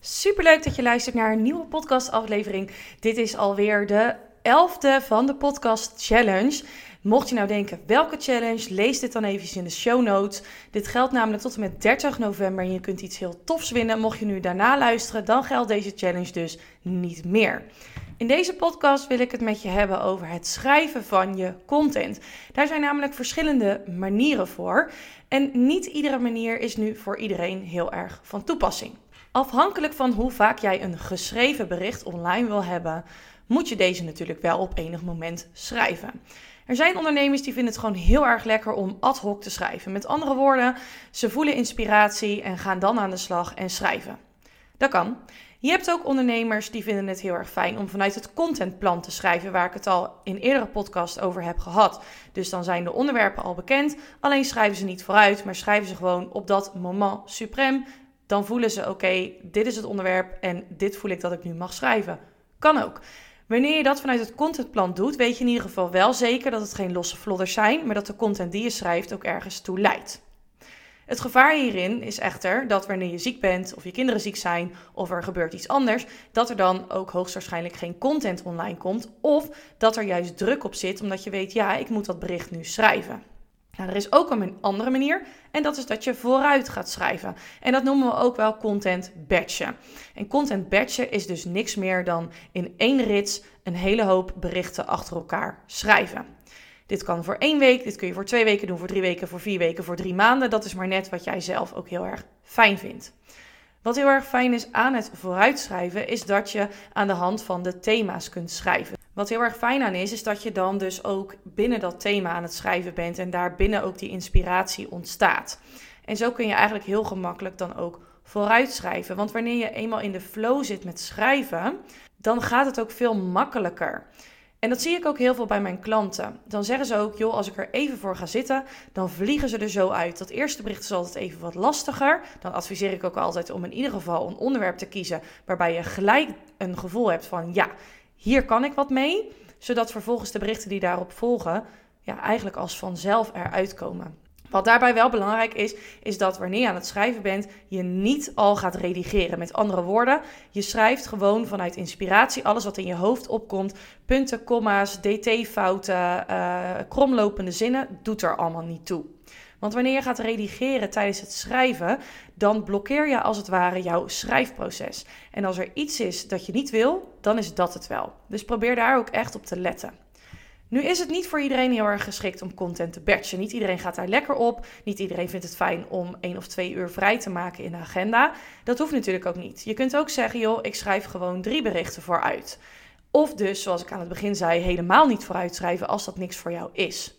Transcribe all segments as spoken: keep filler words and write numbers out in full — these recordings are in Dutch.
Superleuk dat je luistert naar een nieuwe podcastaflevering. Dit is alweer de elfde van de podcast challenge. Mocht je nou denken, welke challenge? Lees dit dan even in de show notes. Dit geldt namelijk tot en met dertig november en je kunt iets heel tofs winnen. Mocht je nu daarna luisteren, dan geldt deze challenge dus niet meer. In deze podcast wil ik het met je hebben over het schrijven van je content. Daar zijn namelijk verschillende manieren voor. En niet iedere manier is nu voor iedereen heel erg van toepassing. Afhankelijk van hoe vaak jij een geschreven bericht online wil hebben, moet je deze natuurlijk wel op enig moment schrijven. Er zijn ondernemers die vinden het gewoon heel erg lekker om ad hoc te schrijven. Met andere woorden, ze voelen inspiratie en gaan dan aan de slag en schrijven. Dat kan. Je hebt ook ondernemers die vinden het heel erg fijn om vanuit het contentplan te schrijven, waar ik het al in eerdere podcast over heb gehad. Dus dan zijn de onderwerpen al bekend, alleen schrijven ze niet vooruit, maar schrijven ze gewoon op dat moment suprême. Dan voelen ze, oké, okay, dit is het onderwerp en dit voel ik dat ik nu mag schrijven. Kan ook. Wanneer je dat vanuit het contentplan doet, weet je in ieder geval wel zeker dat het geen losse vlodders zijn, maar dat de content die je schrijft ook ergens toe leidt. Het gevaar hierin is echter dat wanneer je ziek bent of je kinderen ziek zijn of er gebeurt iets anders, dat er dan ook hoogstwaarschijnlijk geen content online komt of dat er juist druk op zit omdat je weet, ja, ik moet dat bericht nu schrijven. Nou, er is ook een andere manier en dat is dat je vooruit gaat schrijven. En dat noemen we ook wel content batchen. En content batchen is dus niks meer dan in één rits een hele hoop berichten achter elkaar schrijven. Dit kan voor één week, dit kun je voor twee weken doen, voor drie weken, voor vier weken, voor drie maanden. Dat is maar net wat jij zelf ook heel erg fijn vindt. Wat heel erg fijn is aan het vooruitschrijven is dat je aan de hand van de thema's kunt schrijven. Wat heel erg fijn aan is, is dat je dan dus ook binnen dat thema aan het schrijven bent en daar binnen ook die inspiratie ontstaat. En zo kun je eigenlijk heel gemakkelijk dan ook vooruitschrijven. Want wanneer je eenmaal in de flow zit met schrijven, dan gaat het ook veel makkelijker. En dat zie ik ook heel veel bij mijn klanten. Dan zeggen ze ook, joh, als ik er even voor ga zitten, dan vliegen ze er zo uit. Dat eerste bericht is altijd even wat lastiger. Dan adviseer ik ook altijd om in ieder geval een onderwerp te kiezen waarbij je gelijk een gevoel hebt van, ja, hier kan ik wat mee. Zodat vervolgens de berichten die daarop volgen, ja, eigenlijk als vanzelf eruit komen. Wat daarbij wel belangrijk is, is dat wanneer je aan het schrijven bent, je niet al gaat redigeren. Met andere woorden, je schrijft gewoon vanuit inspiratie alles wat in je hoofd opkomt. Punten, komma's, dt-fouten, uh, kromlopende zinnen, doet er allemaal niet toe. Want wanneer je gaat redigeren tijdens het schrijven, dan blokkeer je als het ware jouw schrijfproces. En als er iets is dat je niet wil, dan is dat het wel. Dus probeer daar ook echt op te letten. Nu is het niet voor iedereen heel erg geschikt om content te batchen. Niet iedereen gaat daar lekker op. Niet iedereen vindt het fijn om één of twee uur vrij te maken in de agenda. Dat hoeft natuurlijk ook niet. Je kunt ook zeggen, joh, ik schrijf gewoon drie berichten vooruit. Of dus, zoals ik aan het begin zei, helemaal niet vooruit schrijven als dat niks voor jou is.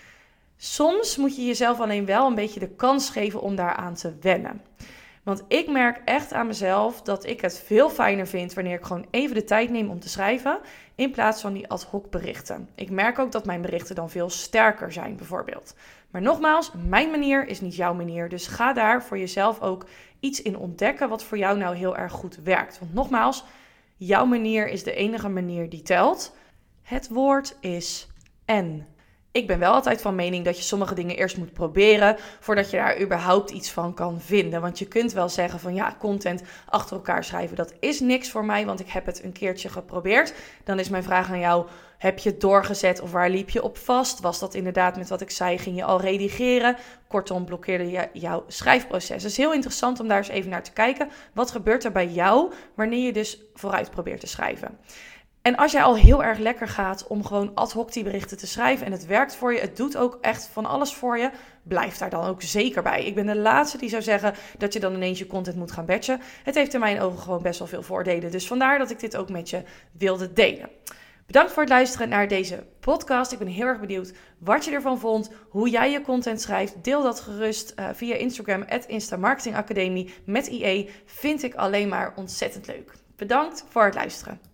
Soms moet je jezelf alleen wel een beetje de kans geven om daaraan te wennen. Want ik merk echt aan mezelf dat ik het veel fijner vind wanneer ik gewoon even de tijd neem om te schrijven, in plaats van die ad hoc berichten. Ik merk ook dat mijn berichten dan veel sterker zijn bijvoorbeeld. Maar nogmaals, mijn manier is niet jouw manier. Dus ga daar voor jezelf ook iets in ontdekken wat voor jou nou heel erg goed werkt. Want nogmaals, jouw manier is de enige manier die telt. Het woord is en. Ik ben wel altijd van mening dat je sommige dingen eerst moet proberen voordat je daar überhaupt iets van kan vinden. Want je kunt wel zeggen van ja, content achter elkaar schrijven, dat is niks voor mij, want ik heb het een keertje geprobeerd. Dan is mijn vraag aan jou, heb je het doorgezet of waar liep je op vast? Was dat inderdaad met wat ik zei, ging je al redigeren? Kortom, blokkeerde je jouw schrijfproces. Het is heel interessant om daar eens even naar te kijken. Wat gebeurt er bij jou wanneer je dus vooruit probeert te schrijven? En als jij al heel erg lekker gaat om gewoon ad hoc die berichten te schrijven en het werkt voor je, het doet ook echt van alles voor je, blijf daar dan ook zeker bij. Ik ben de laatste die zou zeggen dat je dan ineens je content moet gaan batchen. Het heeft in mijn ogen gewoon best wel veel voordelen. Dus vandaar dat ik dit ook met je wilde delen. Bedankt voor het luisteren naar deze podcast. Ik ben heel erg benieuwd wat je ervan vond, hoe jij je content schrijft. Deel dat gerust uh, via Instagram, at Instamarketingacademie met I E. Vind ik alleen maar ontzettend leuk. Bedankt voor het luisteren.